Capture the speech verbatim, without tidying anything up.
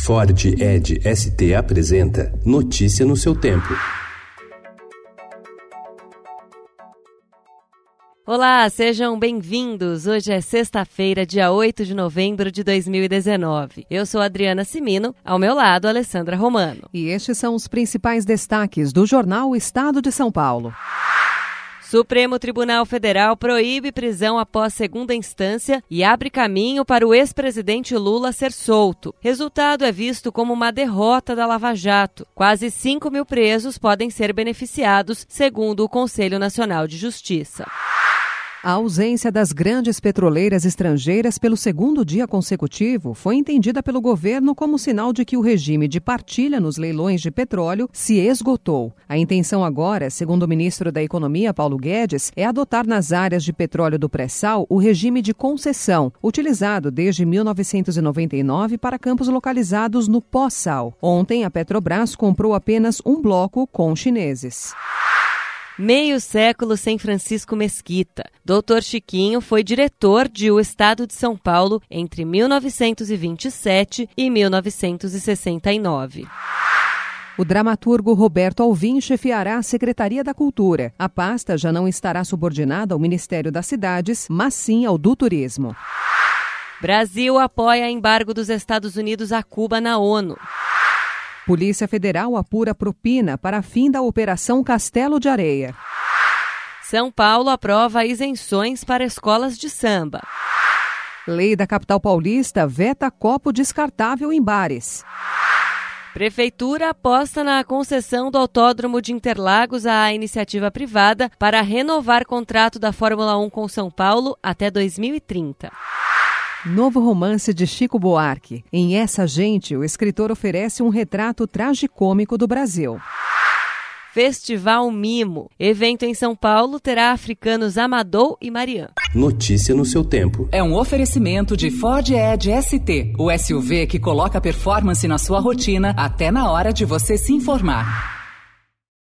Ford Edge S T apresenta Notícia no seu tempo. Olá, sejam bem-vindos. Hoje é sexta-feira, dia oito de novembro de dois mil e dezenove. Eu sou Adriana Cimino, ao meu lado, Alessandra Romano. E estes são os principais destaques do jornal Estado de São Paulo. Supremo Tribunal Federal proíbe prisão após segunda instância e abre caminho para o ex-presidente Lula ser solto. Resultado é visto como uma derrota da Lava Jato. Quase cinco mil presos podem ser beneficiados, segundo o Conselho Nacional de Justiça. A ausência das grandes petroleiras estrangeiras pelo segundo dia consecutivo foi entendida pelo governo como sinal de que o regime de partilha nos leilões de petróleo se esgotou. A intenção agora, segundo o ministro da Economia, Paulo Guedes, é adotar nas áreas de petróleo do pré-sal o regime de concessão, utilizado desde mil novecentos e noventa e nove para campos localizados no pós-sal. Ontem, a Petrobras comprou apenas um bloco com chineses. Meio século sem Francisco Mesquita. doutor Chiquinho foi diretor de O Estado de São Paulo entre mil novecentos e vinte e sete e mil novecentos e sessenta e nove. O dramaturgo Roberto Alvim chefiará a Secretaria da Cultura. A pasta já não estará subordinada ao Ministério das Cidades, mas sim ao do Turismo. Brasil apoia embargo dos Estados Unidos a Cuba na ONU. Polícia Federal apura propina para fim da Operação Castelo de Areia. São Paulo aprova isenções para escolas de samba. Lei da capital paulista veta copo descartável em bares. Prefeitura aposta na concessão do Autódromo de Interlagos à iniciativa privada para renovar contrato da Fórmula um com São Paulo até dois mil e trinta. Novo romance de Chico Buarque. Em Essa Gente, o escritor oferece um retrato tragicômico do Brasil. Festival Mimo. Evento em São Paulo terá africanos Amadou e Marian. Notícia no seu tempo. É um oferecimento de Ford Edge S T, o S U V que coloca performance na sua rotina até na hora de você se informar.